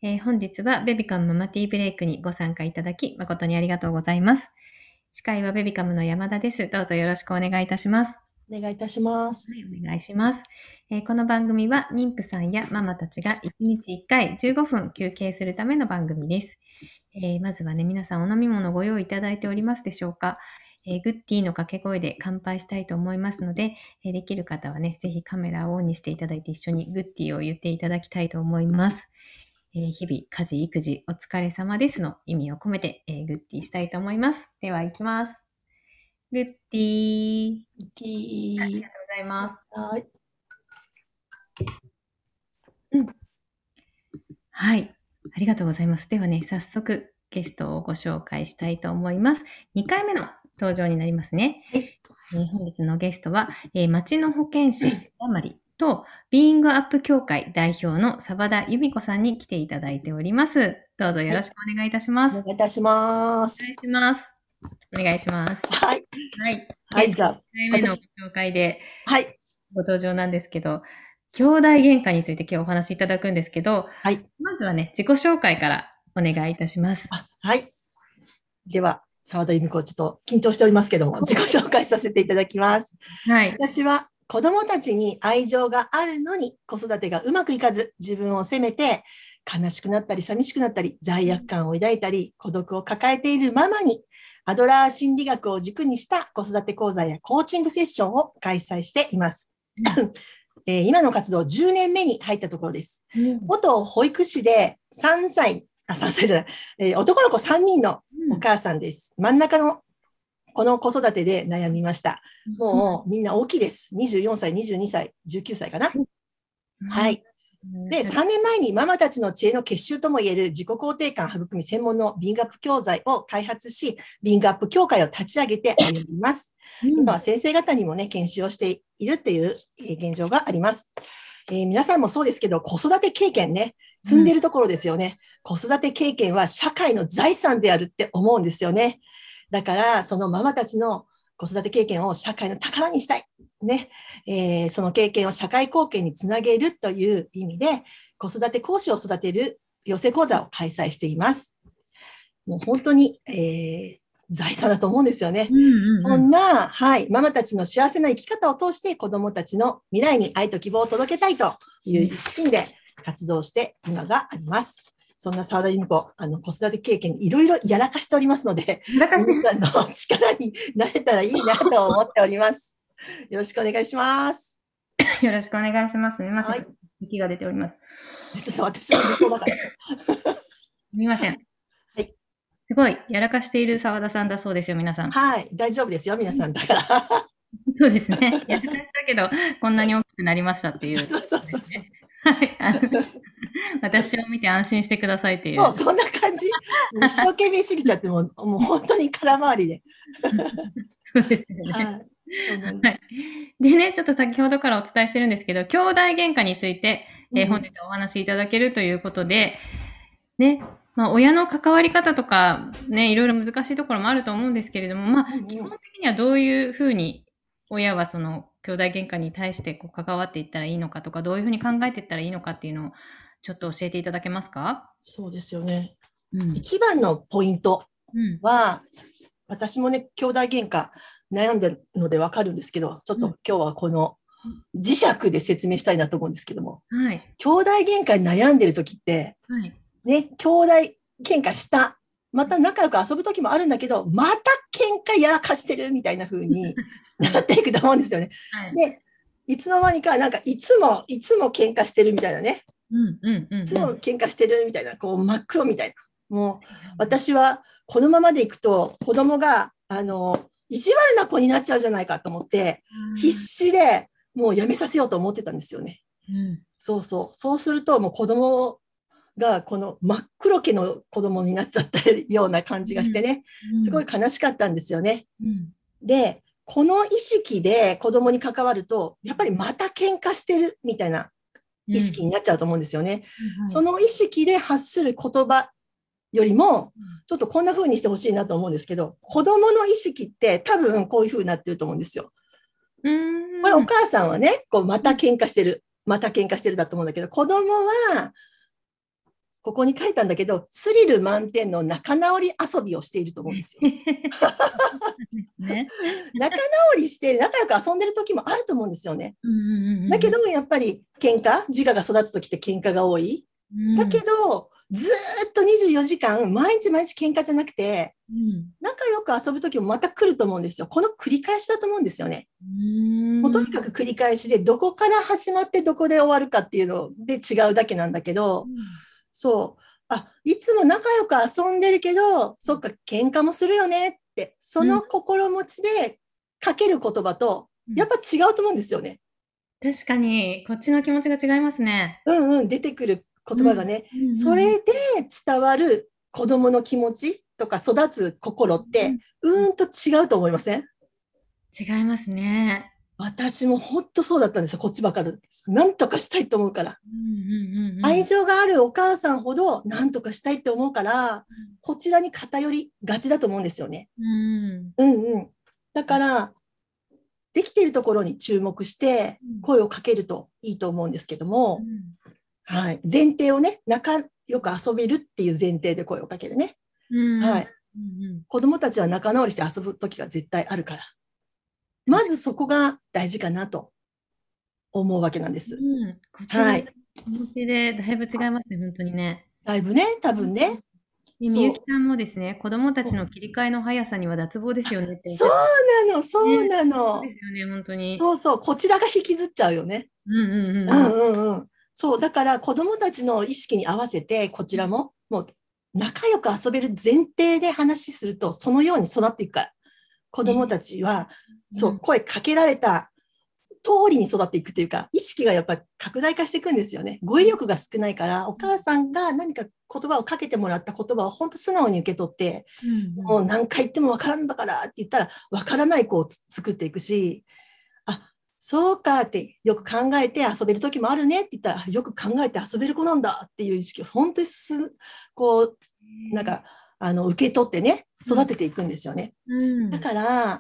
本日はベビカムママティーブレイクにご参加いただき誠にありがとうございます。司会はベビカムの山田です。どうぞよろしくお願いいたします。 お願いいたします。 はい、お願いします。この番組は妊婦さんやママたちが1日1回15分休憩するための番組です。まずはね、皆さんお飲み物ご用意いただいておりますでしょうか。グッディーの掛け声で乾杯したいと思いますので、できる方はね、ぜひカメラをオンにしていただいて一緒にグッディーを言っていただきたいと思います。日々、家事、育児、お疲れ様ですの意味を込めて、グッディーしたいと思います。では、いきます。グッディー。ありがとうございます。 はい。 うん。はい。ありがとうございます。ではね、早速、ゲストをご紹介したいと思います。2回目の登場になりますね。 はい。 本日のゲストは、町の保健師、やまりと、ビーイングアップ協会代表の澤田由美子さんに来ていただいております。どうぞよはい。 ろしくお願いいたします。 お願いいたします。 お願いします。お願いします。 はい。 はい。 はい。じゃあ、 1回目の私、 ご紹介ではい。 ご登場なんですけど、兄弟喧嘩について今日お話しいただくんですけど、 はい。 まずはね、自己紹介からお願いいたします。 はい。では、澤田由美子、ちょっと緊張しておりますけども、自己紹介させていただきます。 はい。 私は子供たちに愛情があるのに子育てがうまくいかず、自分を責めて悲しくなったり寂しくなったり、罪悪感を抱いたり、孤独を抱えているママに、アドラー心理学を軸にした子育て講座やコーチングセッションを開催しています。今の活動10年目に入ったところです。元保育士で3歳じゃない、男の子3人のお母さんです。真ん中のこの子育てで悩みました。もうみんな大きいです。24歳、22歳、19歳かな。はい。で、3年前にママたちの知恵の結集ともいえる自己肯定感育み専門のビングアップ教材を開発し、ビングアップ協会を立ち上げて歩みます。今は先生方にもね、研修をしているっていう現状があります。皆さんもそうですけど、子育て経験ね、積んでいるところですよね。子育て経験は社会の財産であるって思うんですよね。だから、そのママたちの子育て経験を社会の宝にしたい。ね。その経験を社会貢献につなげるという意味で、子育て講師を育てる養成講座を開催しています。もう本当に、財産だと思うんですよね。そんな、はい、ママたちの幸せな生き方を通して子供たちの未来に愛と希望を届けたいという一心で活動して今があります。そんな澤田由美子、子育て経験いろいろやらかしておりますので、皆さんの力になれたらいいなと思っております。よろしくお願いします。 よろしくお願いします。すみません。 はい。 息が出ております。 私も出そうだから。すみません。 はい。 すごい、やらかしている澤田さんだそうですよ、皆さん。 はい。大丈夫ですよ、皆さん。だから。 そうですね。やらかしたけど、こんなに大きくなりましたっていう。 そうそうそうそう。 はい。私を見て安心してくださいっていう。 そう、そんな感じ。一生懸命すぎちゃってもう本当に空回りで。 そうですよね。 はい。そうなんはい。 です。 でね、ちょっと先ほどからお伝えしてるんですけど、兄弟喧嘩について、本日うんうん。 お話しいただけるということで、ね、まあ、親の関わり方とか、ね、いろいろ難しいところもあると思うんですけれども、まあ、基本うんうん。 的にはどういうふうに親はその兄弟喧嘩に対してこう関わっていったらいいのかとか、どういうふうに考えていったらいいのかっていうのをちょっと教えていただけますか？ そうですよね。 うん。 一番のポイントうん。 は、私もね、兄弟喧嘩悩んでるのでわかるんですけど、ちょっうん。 と今日はこの磁石で説明したいなと思うんですけども、 はい。 兄弟喧嘩に悩んでる時って、 はい。 ね、兄弟喧嘩した。また仲良く遊ぶ時もあるんだけど、また喧嘩やらかしてるみたいな風になっていくと思うんですよね。 はい。 で、いつの間にか、なんかいつも喧嘩してるみたいなね。 うんうんうんいつもうん。 喧嘩してるみたいな、こう真っ黒みたいな。もう、私はこのままでいくと、子供が、意地悪な子になっちゃうじゃないかと思って、必死でもうやめさせようと思ってたんですよね。 うん。 そうそう。そうすると、もう子供がこの真っ黒けの子供になっちゃったような感じがしてね、すごい悲しかったんですよね。 うん。 で、この意識で子供に関わると、やっぱりまた喧嘩してるみたいなうん。 意識になっちゃうと思うんですよね。 はい。 その意識で発する言葉よりも、ちょっとこんな風にしてほしいなと思うんですけど、子供の意識って多分こういう風になってると思うんですよ。 うーこれおん。 母さんはね、こうまた喧嘩してる、また喧嘩してるだと思うんだけど、子供はここに書いたんだけど、スリル満点の仲直り遊びをしていると思うんですよ。 ね。 仲直りして仲良く遊んでる時もあると思うんですよね。 うんうんうんうん。 だけど、やっぱり自我が育つ時って喧嘩が多い。だけど、ずーっと24時間、毎日毎日喧嘩じゃなくて、仲良く遊ぶ時もまた来ると思うんですよ。この繰り返しだと思うんですよね。もうとにかく繰り返しで、どこから始まってどこで終わるかっていうので違うだけなんだけど、そう。いつも仲良く遊んでるけど、そっか、喧嘩もするよねって、その心持ちでかける言葉と、やっぱ違うと思うんですよね。 確かに、こっちの気持ちが違いますね。 出てくる言葉がね。それで伝わる子供の気持ちとか育つ心って、と違うと思いません？ 違いますね。 私も本当そうだったんですよ。こっちばっかりです。なんとかしたいと思うから。愛情があるお母さんほどなんとかしたいって思うから、こちらに偏りがちだと思うんですよね。だから、できているところに注目して声をかけるといいと思うんですけども、はい。前提をね、仲良く遊べるっていう前提で声をかけるね。はい。子供たちは仲直りして遊ぶ時が絶対あるから。まずそこが大事かなと思うわけなんです。 こちらの気持ちでだいぶ違いますね、本当にね。 だいぶね、多分ね。 みゆきさんもですね、子供たちの切り替えの速さには脱帽ですよねって言ってそうなの、そうなの。 そうですよね、本当に。 そうそう、こちらが引きずっちゃうよね。そう、だから子供たちの意識に合わせて、こちらも、もう仲良く遊べる前提で話すると、そのように育っていくから。子供たちは、そう、声かけられた通りに育っていくというか、意識がやっぱり拡大化していくんですよね。語彙力が少ないから、お母さんが何か言葉をかけてもらった言葉を本当素直に受け取って、もう何回言っても分からんだからって言ったら、分からない子を作っていくし、そうかってよく考えて遊べる時もあるねって言ったら、よく考えて遊べる子なんだっていう意識を本当にこう、なんか、受け取ってね、育てていくんですよね。だから、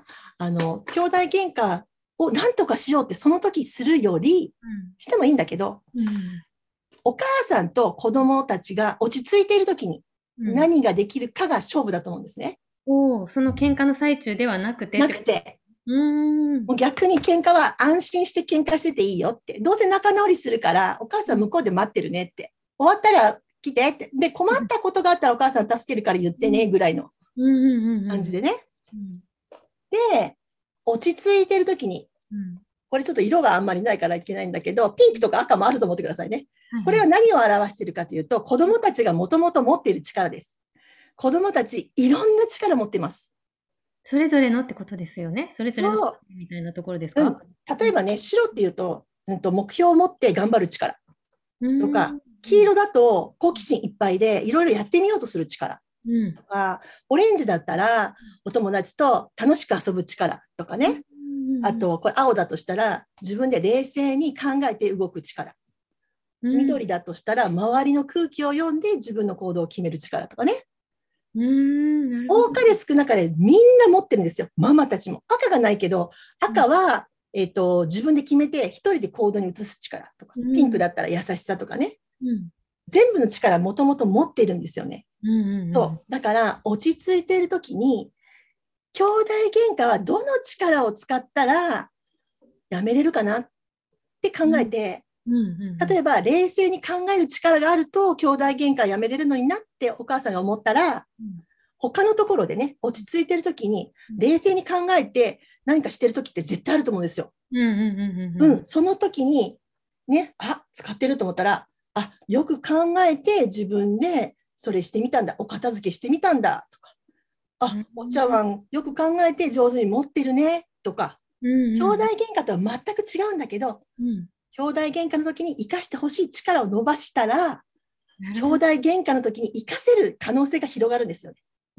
兄弟喧嘩を何とかしようってその時するより、してもいいんだけど、お母さんと子供たちが落ち着いている時に何ができるかが勝負だと思うんですね。 その喧嘩の最中ではなくて。 なくて。もう逆に喧嘩は安心して喧嘩してていいよって。どうせ仲直りするから、お母さん向こうで待ってるねって。終わったら来てって。で、困ったことがあったらお母さん助けるから言ってね、ぐらいの感じでね。で、落ち着いてる時に、これちょっと色があんまりないからいけないんだけど、ピンクとか赤もあると思ってくださいね。これは何を表しているかというと、子供たちがもともと持っている力です。子供たち、いろんな力を持っています。 それぞれのってことですよね。それぞれのみたいなところですか？ 例えばね、白っていうと、目標を持って頑張る力とか、黄色だと好奇心いっぱいでいろいろやってみようとする力とか、オレンジだったらお友達と楽しく遊ぶ力とかね。あと、これ青だとしたら自分で冷静に考えて動く力。緑だとしたら周りの空気を読んで自分の行動を決める力とかね。多かれ少なかれみんな持ってるんですよ。ママたちも。赤がないけど、赤は、自分で決めて一人で行動に移す力とか、ピンクだったら優しさとかね。全部の力もともと持っているんですよね。そう。だから落ち着いているときに、兄弟喧嘩はどの力を使ったらやめれるかなって考えて、例えば冷静に考える力があると兄弟喧嘩やめれるのになってお母さんが思ったら、他のところでね、落ち着いてるときに冷静に考えて何かしてるときって絶対あると思うんですよ。その時にね、使ってると思ったら、よく考えて自分でそれしてみたんだ、お片付けしてみたんだとか、お茶碗よく考えて上手に持ってるねとか、兄弟喧嘩とは全く違うんだけど、兄弟喧嘩の時に生かしてほしい力を伸ばしたら、兄弟喧嘩の時に生かせる可能性が広がるんですよね。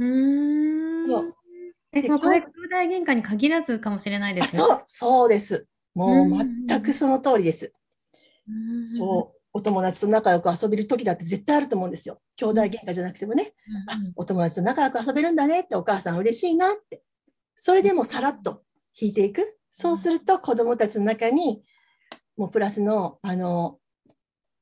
これ兄弟喧嘩に限らずかもしれないですね。 そうです。もう全くその通りです。そう。お友達と仲良く遊べる時だって絶対あると思うんですよ。兄弟喧嘩じゃなくてもね。お友達と仲良く遊べるんだねってお母さん嬉しいなって。それでもさらっと引いていく。そうすると子供たちの中にもうプラスの、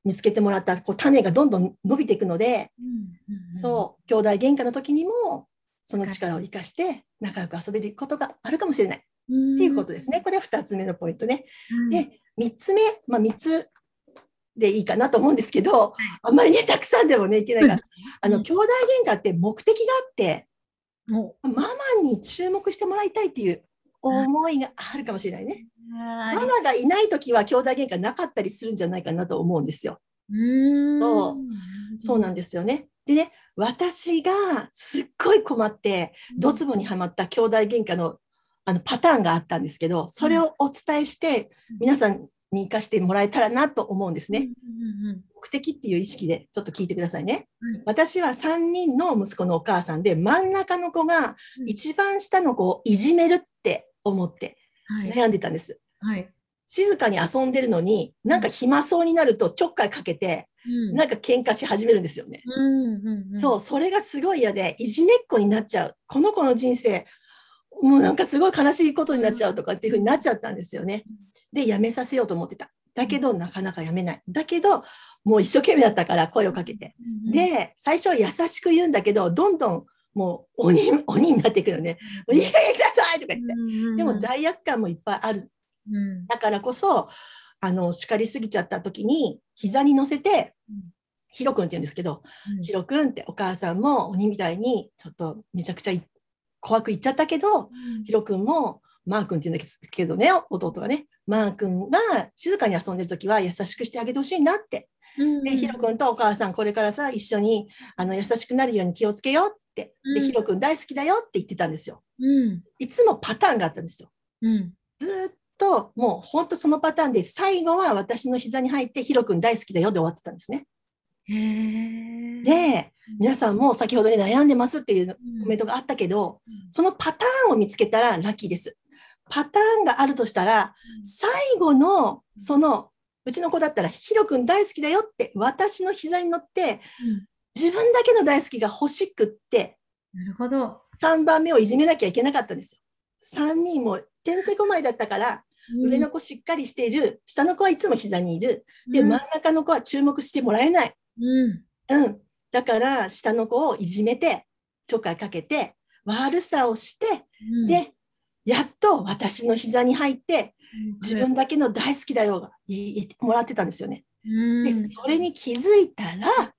見つけてもらったこう種がどんどん伸びていくので、 うん。 そう、兄弟喧嘩の時にも、その使力を生かして仲良く遊べることがあるかもしれない。 うっていうん。 ことですね。これは2つ目のポイントね。 はい。 で、3つ目、3つでいいかなと思うんですけど、 はい。 あんまりね、たくさんでもね、いけないから、 うん。 兄弟喧嘩って目的があって、 お、 ママに注目してもらいたいっていう思いがあるかもしれないね。 あり、 ママがいないときは兄弟喧嘩なかったりするんじゃないかなと思うんですよ。 うーそう、 ん。なるほどね。 そうなんですよね。でね、私がすっごい困って、ドうん。 ツボにはまった兄弟喧嘩の、パターンがあったんですけど、そはい。 れをお伝えして、 うん。 皆さんに生かしてもらえたらなと思うんですね。 うん。うん。うん。 目的っていう意識でちょっと聞いてくださいね。 はい。 私は3人の息子のお母さんで、真ん中の子がうん。 一番下の子をいじめるって思ってはい。 悩んでたんです。 はい。 静かに遊んでるのに、 うん。 なんか暇そうになるとちょっかいかけて、 うん。 なんか喧嘩し始めるんですよね。 うん。うん。うん。 そう、それがすごい嫌で、いじめっ子になっちゃう。この子の人生、もうなんかすごい悲しいことになっちゃうとかっていうふうになっちゃったんですよね。で、やめさせようと思ってた。だけど、なかなかやめない。だけど、もう一生懸命だったから声をかけて。で、最初は優しく言うんだけど、どんどんもう鬼になっていくのね。もういい加減にしなさいとか言って。でも罪悪感もいっぱいある。だからこそ、叱りすぎちゃった時に、膝に乗せて、ヒロ君って言うんですけど、ヒロ君ってお母さんも鬼みたいに、ちょっとめちゃくちゃ怖く言っちゃったけど、ヒロ君も、マー君って言うんだけどね、弟はね、マー君が静かに遊んでる時は優しくしてあげてほしいなって。で、ヒロ君とお母さん、これからさ、一緒に優しくなるように気をつけようって。で、ヒロ君大好きだよって言ってたんですよ。いつもパターンがあったんですよ。ずっと、もう本当そのパターンで、最後は私の膝に入って、ヒロ君大好きだよで終わってたんですね。 へえ。 で、皆さんも先ほどね、悩んでますっていうコメントがあったけど、そのパターンを見つけたらラッキーです。パターンがあるとしたら、最後の、うちの子だったら、ヒロ君大好きだよって、私の膝に乗って、自分だけの大好きが欲しくって、 なるほど。 3番目をいじめなきゃいけなかったんですよ。3人もてんてこまいだったから、上の子しっかりしている、下の子はいつも膝にいる、で、真ん中の子は注目してもらえない。だから、下の子をいじめて、ちょっかいかけて、悪さをして、で、やっと私の膝に入って、自分だけの大好きだよが言ってもらってたんですよね。で、それに気づいたら、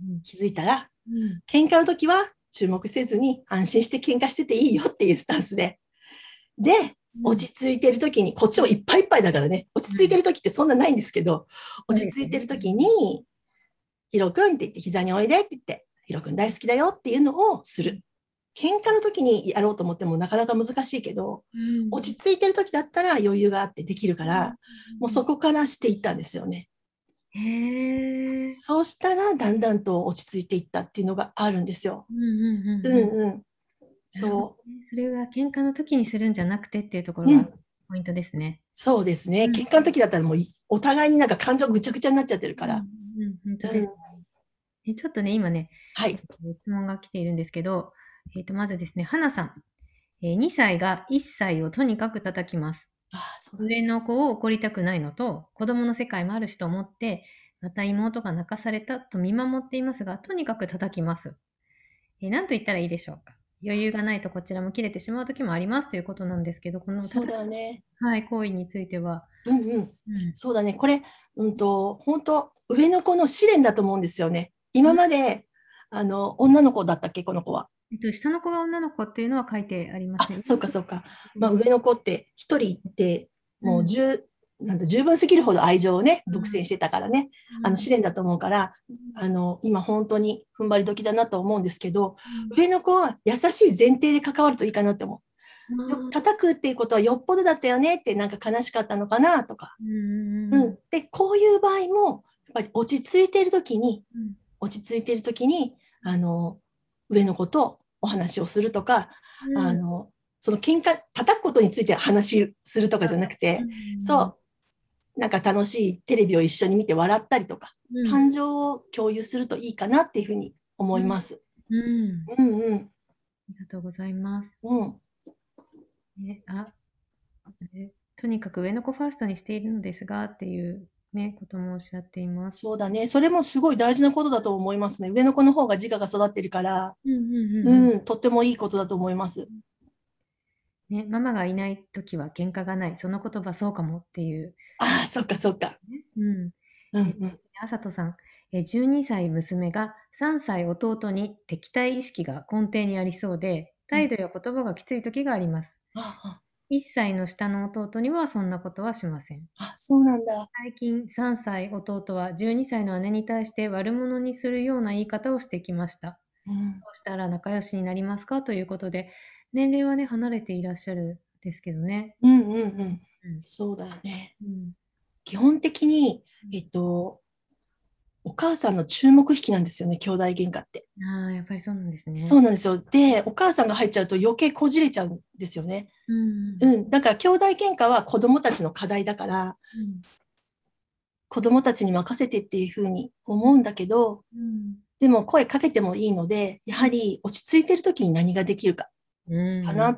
喧嘩の時は注目せずに安心して喧嘩してていいよっていうスタンスで。で、落ち着いてる時に、こっちもいっぱいいっぱいだからね、落ち着いてる時ってそんなないんですけど、落ち着いてる時に、ヒロ君って言って膝においでって言って、ヒロ君大好きだよっていうのをする。喧嘩の時にやろうと思ってもなかなか難しいけど、落ち着いてる時だったら余裕があってできるから、もうそこからしていったんですよね。 へえ。 そうしたらだんだんと落ち着いていったっていうのがあるんですよ。 なるほどそね。それが喧嘩の時にするんじゃなくてっていうところう。 がポイントですね。 そうですね。喧嘩の時だったらもうお互いになんか感情ぐちゃぐちゃになっちゃってるから。 本当です。ちょっとね、今ね、 はい。 質問が来ているんですけど、まずですね、花さん。2歳が1歳をとにかく叩きます。上の子を怒りたくないのと、子供の世界もあるしと思って、また妹が泣かされたと見守っていますが、とにかく叩きます。何と言ったらいいでしょうか。余裕がないとこちらも切れてしまう時もありますということなんですけど、このそう叩く、 だよね。 はい、行為については。 そうだね。これ、本当上の子の試練だと思うんですよね。今まで、女の子だったっけ、この子は。 下の子が女の子っていうのは書いてありますね。 そうか、そうか。まあ、上の子って一人ってもう十分すぎるほど愛情をね、独占してたからね、試練だと思うから、今本当に踏ん張り時だなと思うんですけど、上の子は優しい前提で関わるといいかなって思う。叩くっていうことはよっぽどだったよねってなんか悲しかったのかなとか。で、こういう場合も、やっぱり落ち着いている時に、上の子とお話をするとか、その喧嘩、叩くことについて話するとかじゃなくて、そう、なんか楽しいテレビを一緒に見て笑ったりとか、感情を共有するといいかなっていうふうに思います。 ありがとうございます。とにかく上の子ファーストにしているのですがっていうね、こともおっしゃっています。 そうだね。それもすごい大事なことだと思いますね。上の子の方が自我が育ってるから、 うんうんうんうん。 うん、とってもいいことだと思います。 ね、ママがいないときは喧嘩がない。その言葉そうかもっていう。 ああ、そっかそっか。 ね、うん。 うんうん。 あさとさん、12歳娘が3歳弟に敵対意識が根底にありそうで、 うん、 態度や言葉がきつい時があります。 あ 1歳の下の弟にはそんなことはしません。 そうなんだ。 最近3歳弟は12歳の姉に対して悪者にするような言い方をしてきました。 うん、 どうしたら仲良しになりますかということで、年齢はね、離れていらっしゃるんですけどね。 うんうんうん。 うん。 そうだよね。 うん。 基本的に、お母さんの注目引きなんですよね、兄弟喧嘩って。 ああ、やっぱりそうなんですね。 そうなんですよ。で、お母さんが入っちゃうと余計こじれちゃうんですよね。 うん。 うん。だから兄弟喧嘩は子供たちの課題だから、 うん。 子供たちに任せてっていうふうに思うんだけど、 うん。 でも声かけてもいいので、やはり落ち着いてる時に何ができるか、 うん。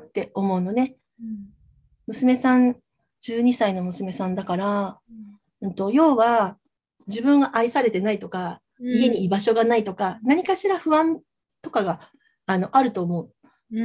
かなって思うのね。 うん。 娘さん、12歳の娘さんだから、 うん。 要は、自分が愛されてないとか、家うん。 に居場所がないとか、何かしら不安とかが、あると思う。 うん。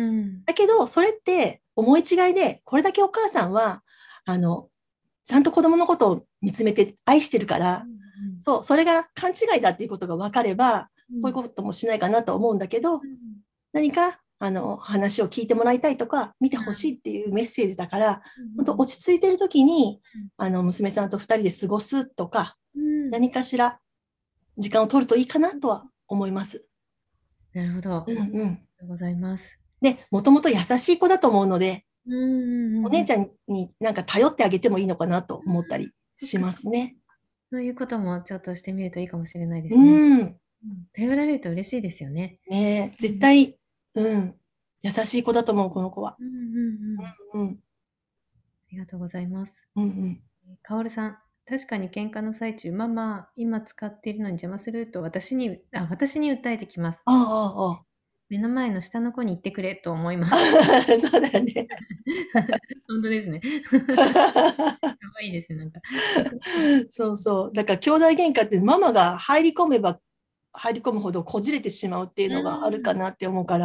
だけど、それって思い違いで、これだけお母さんは、あの、ちゃんと子供のことを見つめて愛してるから、そう、それが勘違いだっていうことが分かれば、こういうこともしないかなと思うんだけど、何か、話を聞いてもらいたいとか、見てほしいっていうメッセージだから、本当落ち着いてる時に、娘さんと二人で過ごすとか、 うん。 何かしら時間を取るといいかなとは思います。 なるほど。あうんうん。 りがとうございます。 で、もともと優しい子だと思うので、 うんうんうんうん。 お姉ちゃんになんか頼ってあげてもいいのかなと思ったりしそっか、 ますね。 そういうこともちょっとしてみるといいかもしれないでうすね。 ん。 うん、頼られると嬉しいですよね。 ねえ、 うん。 絶対、うん。優しい子だと思う、この子は。 うんうんうん。 うん。 ありがとうございます。 うんうん。 かおるさん、確かに喧嘩の最中、ママ、今使っているのに邪魔すると私に訴えてきます。 ああ、あ目の前の下の子に言ってくれと思いまあ、あす。 あ。そうだよね。 本当ですね。可愛いですね、なんか。 そうそう。だから兄弟喧嘩ってママが入り込めば入り込むほどこじれてしまうっていううのがあるかん。 なって思うから、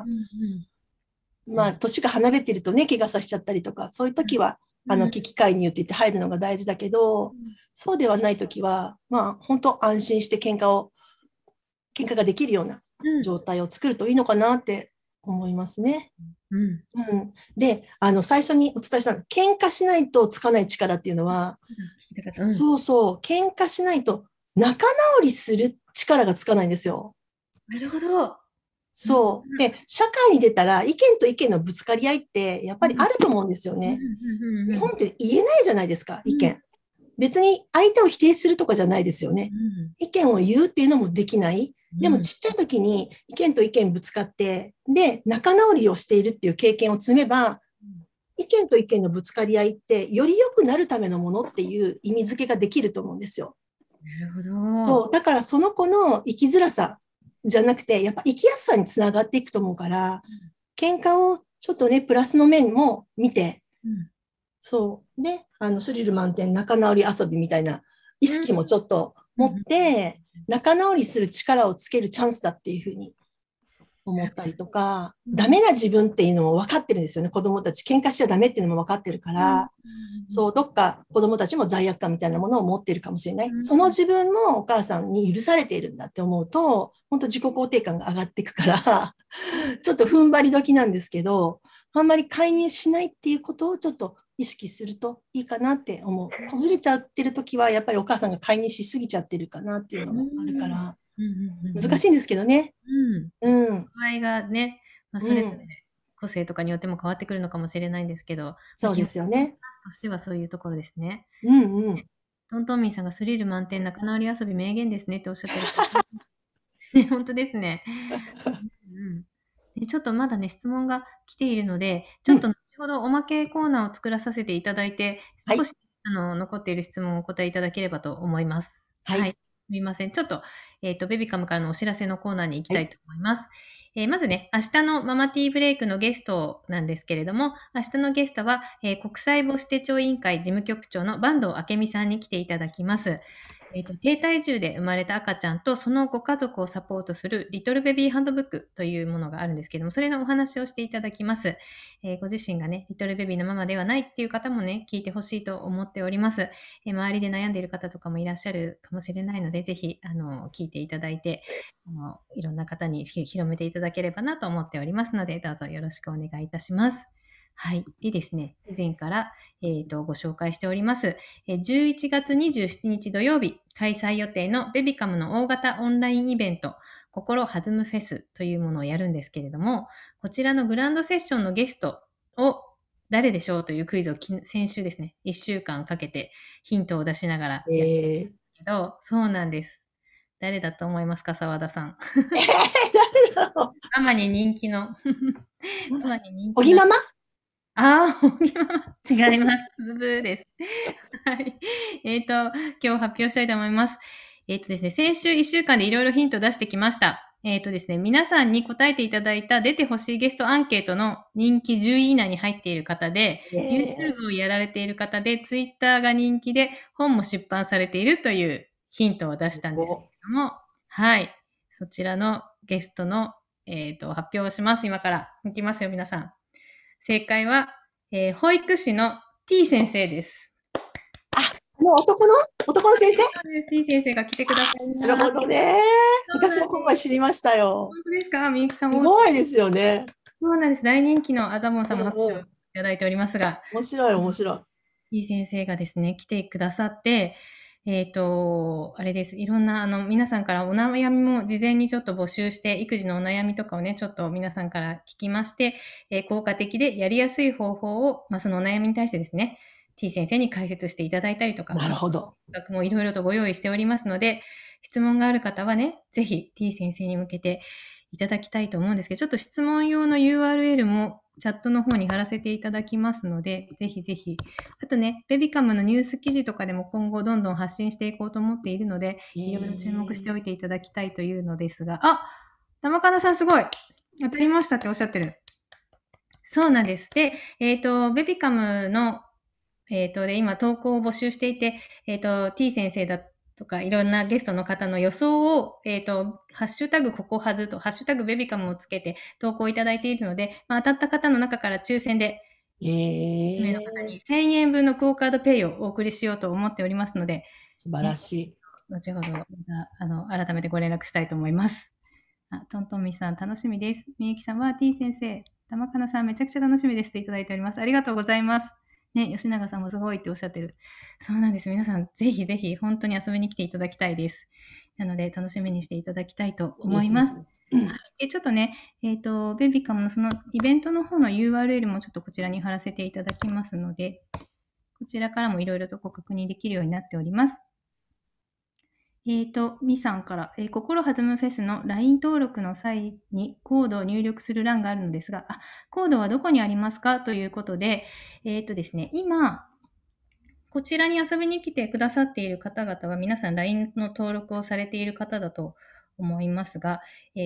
うんうん。 まあ、年が離れてるとね、怪我させちゃったりとか、そういう時は、 うん。 危機回入って言って入るのが大事だけど、そうではない時は、まあ、本当安心して喧嘩ができるようなうん。 状態を作るといいのかなって思いますね。 うん。 うん。で、最初にお伝えしたの、喧嘩しないとつかない力っていうのは、 聞きたかった。うん。 そうそう、喧嘩しないと仲直りする力がつかないんですよ。 なるほど。うん。 そう。で、社会に出たら意見と意見のぶつかり合いってやっぱりあうん。 ると思うんですようんうね。日んうんうん。 本って言えないじゃないですか、 うん。 意見。別に相手を否定するとかじゃないですよね。 うん。 意見を言うっていうのもできない。でもうん。 ちっちゃい時に意見と意見ぶつかって、で、仲直りをしているっていう経験を積めば、意見と意見のぶつかり合いってより良くなるためのものっていう意味付けができると思うんですよ。 なるほど。 そう。だからその子の生きづらさじゃなくて、やっぱ生きやすさにつながっていくと思うから、喧嘩をちょっとね、プラスの面も見て、 うん。 そう。で、スリル満点仲直り遊びみたいな意うん。 識もちょっと持っうん。 て、仲直りする力をつけるチャンスだっていうふうに思ったりとか、 うん。 ダメな自分っていうのも分かってるんですよね、子供たち。喧嘩しちゃダメっていうのも分かってるかうん。 ら、そう、どっか子供たちも罪悪感みたいなものを持っているかもしれない。 うん。 その自分もお母さんに許されているんだって思うと、本当自己肯定感が上がっていくからちょっと踏ん張り時なんですけど、あんまり介入しないっていうことをちょっと意識するといいかなって思う。こずれちゃってる時は、やっぱりお母さんが介入しすぎちゃってるかなっていうのうがあるかん。 ら、 うんうんうんうん。 難しいんですけどね。 うん。 うん。 場合がね、それぞれうん。 個性とかによっても変わってくるのかもしれないんですけど、 そうで基本すよね。 としてはそういうところですね。 うんうん。 トントンミーさんがスリル満点仲直り遊び名言ですねっておっしゃってるから、ね、ほんとですね。うんうん。で、ちょっとまだね、質問が来ているので、ちょうん。 っと後ほどおまけコーナーを作らさせていただいて、 はい。 少し残っている質問をお答えいただければと思います。 はい。 はい。すみません。ちょっと、ベビカムからのお知らせのコーナーに行きはい。 たいと思います。 まずね、明日のママティーブレイクのゲストなんですけれども、明日のゲストは、国際母子手帳委員会事務局長の坂東明美さんに来ていただきます。低体重で生まれた赤ちゃんとそのご家族をサポートするリトルベビーハンドブックというものがあるんですけども、それのお話をしていただきます。ご自身がね、リトルベビーのママではないっていう方もね、聞いてほしいと思っております。周りで悩んでいる方とかもいらっしゃるかもしれないので、ぜひ、聞いていただいて、いろんな方に広めていただければなと思っておりますので、どうぞよろしくお願いいたします。はい。でですね、以前から、ご紹介しております、11月27日土曜日、開催予定のベビカムの大型オンラインイベント、心弾むフェスというものをやるんですけれども、こちらのグランドセッションのゲストを誰でしょうというクイズを先週ですね、1週間かけてヒントを出しながらやってるんですけど、そうなんです。誰だと思いますか、澤田さん。 誰だろママに人気の。 う。 ママに人気の。 おぎママああ、おぎママ。違います。ブブーです。はい。今日発表したいと思います。ですね、先週1週間でいろいろヒントを出してきました。ですね、皆さんに答えていただいた出てほしいゲストアンケートの人気10位以内に入っている方で、YouTube をやられている方で、Twitter が人気で、本も出版されているというヒントを出したんですけれども、はい。そちらのゲストの、発表をします。今から。いきますよ、皆さん。正解は、保育士の T 先生です。 男の先生 T 先生が来てくださいます。 なるほどね。私も今回知りましたよ。 本当ですか？みゆきさんすも。 ごいですよね。 そうなんです。大人気のアダモンさんも発表いただいておりますが、 面白い、面白い。 いい先生がですね、来てくださって、あれです。いろんな、皆さんからお悩みも事前にちょっと募集して、育児のお悩みとかをね、ちょっと皆さんから聞きまして、効果的でやりやすい方法を、そのお悩みに対してですね、T 先生に解説していただいたりとか、 なるほど。 企画もいろいろとご用意しておりますので、質問がある方はね、ぜひ T 先生に向けていただきたいと思うんですけど、ちょっと質問用の URL もチャットの方に貼らせていただきますので、ぜひぜひ。あとね、ベビカムのニュース記事とかでも今後どんどん発信していこうと思っているので、いろいろ注目しておいていただきたいというのですが、あ、玉かなさんすごい当たりましたっておっしゃってる。そうなんです。で、ベビカムの、で、今投稿を募集していて、T 先生だとか、いろんなゲストの方の予想を、ハッシュタグココハズと、ハッシュタグベビカムをつけて投稿いただいているので、当たった方の中から抽選で、1名の方に1000円分のクオカードペイをお送りしようと思っておりますので、 素晴らしい。 後ほど、改めてご連絡したいと思います。トントンミさん、楽しみです。みゆきさんは T 先生、玉かなさん、めちゃくちゃ楽しみですといただいております。ありがとうございます。ね、吉永さんもすごいっておっしゃってる。そうなんです。皆さん、ぜひぜひ、本当に遊びに来ていただきたいです。なので、楽しみにしていただきたいと思います。ちょっとね、ベビカムのそのイベントの方の URL もちょっとこちらに貼らせていただきますので、こちらからもいろいろとご確認できるようになっております。みさんから、心弾むフェスの LINE 登録の際にコードを入力する欄があるのですが、コードはどこにありますかということで、ですね、今、こちらに遊びに来てくださっている方々は皆さん LINE の登録をされている方だと思いますが、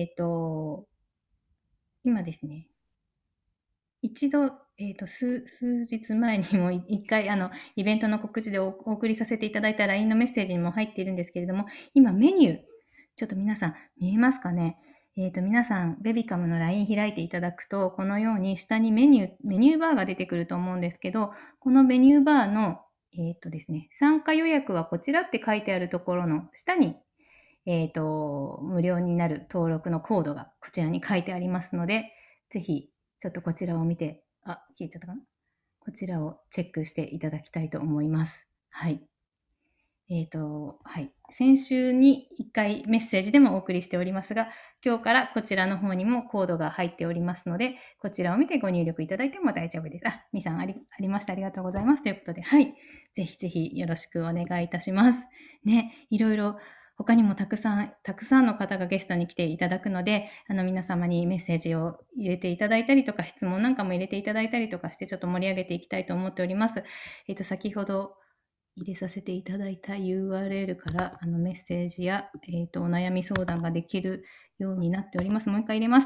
今ですね、一度、数日前にも一回、イベントの告知でお送りさせていただいた LINE のメッセージにも入っているんですけれども、今メニュー、ちょっと皆さん見えますかね？皆さん、ベビカムの LINE 開いていただくと、このように下にメニューバーが出てくると思うんですけど、このメニューバーの、ですね、参加予約はこちらって書いてあるところの下に、無料になる登録のコードがこちらに書いてありますので、ぜひ、ちょっとこちらを見て、消えちゃったかな？こちらをチェックしていただきたいと思います。はい。はい。先週に1回メッセージでもお送りしておりますが、今日からこちらの方にもコードが入っておりますので、こちらを見てご入力いただいても大丈夫です。みさんありました。ありがとうございます。ということで、はい。ぜひぜひよろしくお願いいたします。ね、いろいろ他にもたくさんの方がゲストに来ていただくので、皆様にメッセージを入れていただいたりとか、質問なんかも入れていただいたりとかして、ちょっと盛り上げていきたいと思っております。先ほど入れさせていただいた URL からメッセージや、お悩み相談ができるようになっております。もう一回入れます。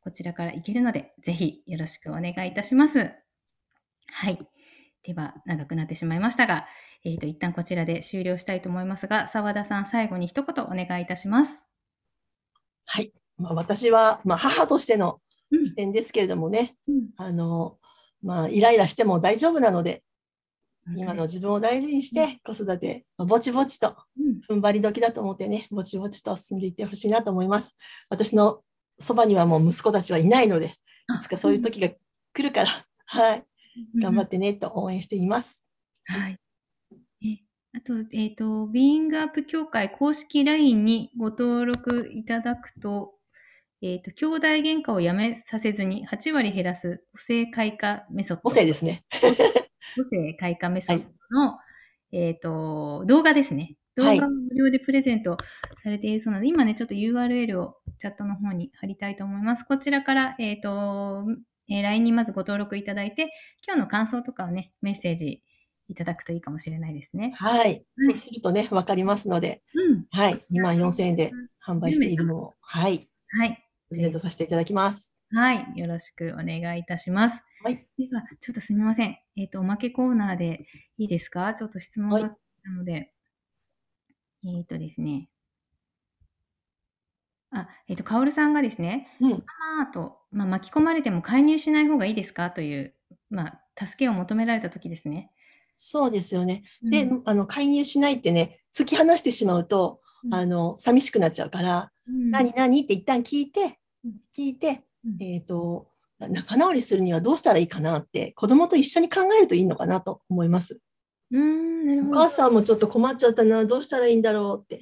こちらからいけるので、ぜひよろしくお願いいたします。はい。では、長くなってしまいましたが、一旦こちらで終了したいと思いますが、澤田さん、最後に一言お願いいたします。 はい。私は、母としての視点ですけれどもね、イライラしても大丈夫なので、今の自分を大事にして子育て、ぼちぼちと踏ん張り時だと思ってね、ぼちぼちと進んでいってほしいなと思います。私のそばにはもう息子たちはいないので、いつかそういう時が来るから、はい、頑張ってねと応援しています。 はい。あと、ビーイングアップ協会公式 LINE にご登録いただくと、兄弟喧嘩をやめさせずに8割減らす母性開花メソッド。 母性ですね。 母性開花メソッドの、動画ですね。動画を無料でプレゼントされているそうなので、今ね、ちょっと URL をチャットの方に貼りたいと思います。こちらから、LINE にまずご登録いただいて、今日の感想とかをね、メッセージいただくといいかもしれないですね。 はい。そうするとね、わかりますので、はい。24,000円で販売しているのを、はい。 はい。 プレゼントさせていただきます。 はい。よろしくお願いいたします。 はい。 では、ちょっとすみません。おまけコーナーでいいですか？ちょっと質問が来たので。ですね。カオルさんがですね、ママと、巻き込まれても介入しない方がいいですかという、助けを求められたときですね。 そうですよね。で、介入しないってね、突き放してしまうと、寂しくなっちゃうから、何って一旦聞いて、仲直りするにはどうしたらいいかなって、子供と一緒に考えるといいのかなと思います。 なるほど。 お母さんもちょっと困っちゃったな、どうしたらいいんだろうって。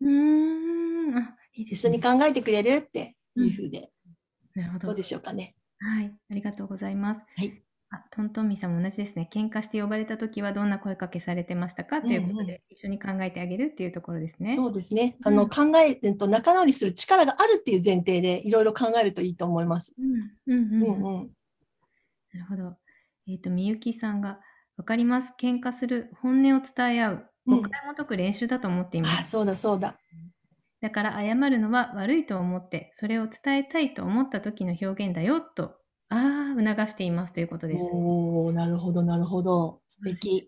いいですね、一緒に考えてくれるっていうふうで。 なるほど。 どうでしょうかね。 はい。ありがとうございます。 はい。 トントンミーさんも同じですね。喧嘩して呼ばれたときはどんな声かけされてましたかということで、一緒に考えてあげるっていうところですね。 そうですね。仲直りする力があるっていう前提でいろいろ考えるといいと思います。 なるほど。みゆきさんが、わかります。喧嘩する、本音を伝え合う。誤解も解く練習だと思っています。 そうだそうだ。 だから謝るのは悪いと思って、それを伝えたいと思った時の表現だよと、促していますということです。 なるほど、なるほど。素敵。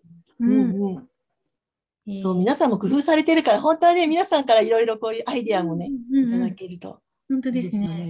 そう、 皆皆さんも工夫されてるから、本当はね、皆さんからいろいろこういうアイディアもね、いただけると本当いいですね。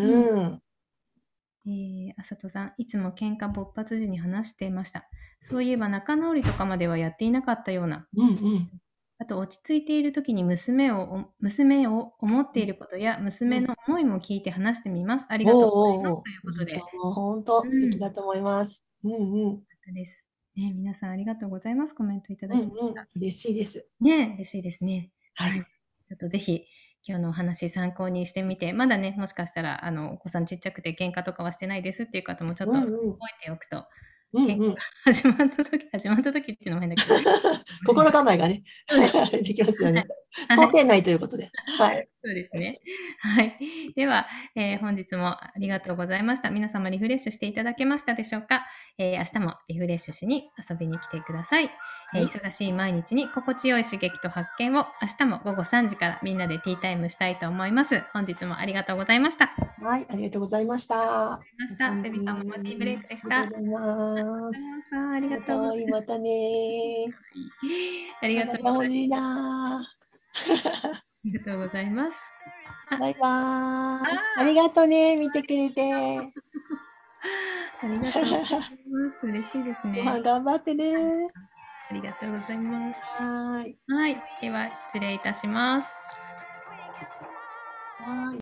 あさとさん、いつも喧嘩勃発時に話していました。そういえば仲直りとかまではやっていなかったような。あと、落ち着いているときに娘を思っていることや、娘の思いも聞いて話してみます。ありがとうございます。ということで。 本当、素敵だと思います。 です。ね、皆さんありがとうございます。コメントいただきました。 嬉しいです。 ね、嬉しいですね。 はい。 ちょっとぜひ、今日のお話参考にしてみて、まだね、もしかしたら、お子さんちっちゃくて喧嘩とかはしてないですっていう方もちょっと覚えておくと、喧嘩が始まった時っていうのも変だけど。 心構えがね、できますよね。想定内ということで。はい。 そうですね。はい。では、本日もありがとうございました。皆様リフレッシュしていただけましたでしょうか？明日もリフレッシュしに遊びに来てください。忙しい毎日に心地よい刺激と発見を明日も午後3時からみんなでティータイムしたいと思います。本日もありがとうございました。 はい、ありがとうございました。 ベビカママティーブレイクでした。 ありがとうございます。 ありがとうございます。またね。 ありがとうございます。 欲しいな。 ありがとうございます。 バイバーイ。ありがとうね、見てくれて。 ありがとうございます。嬉しいですね。 頑張ってね。 ありがとうございます。 はい。 では、失礼いたします。 はい。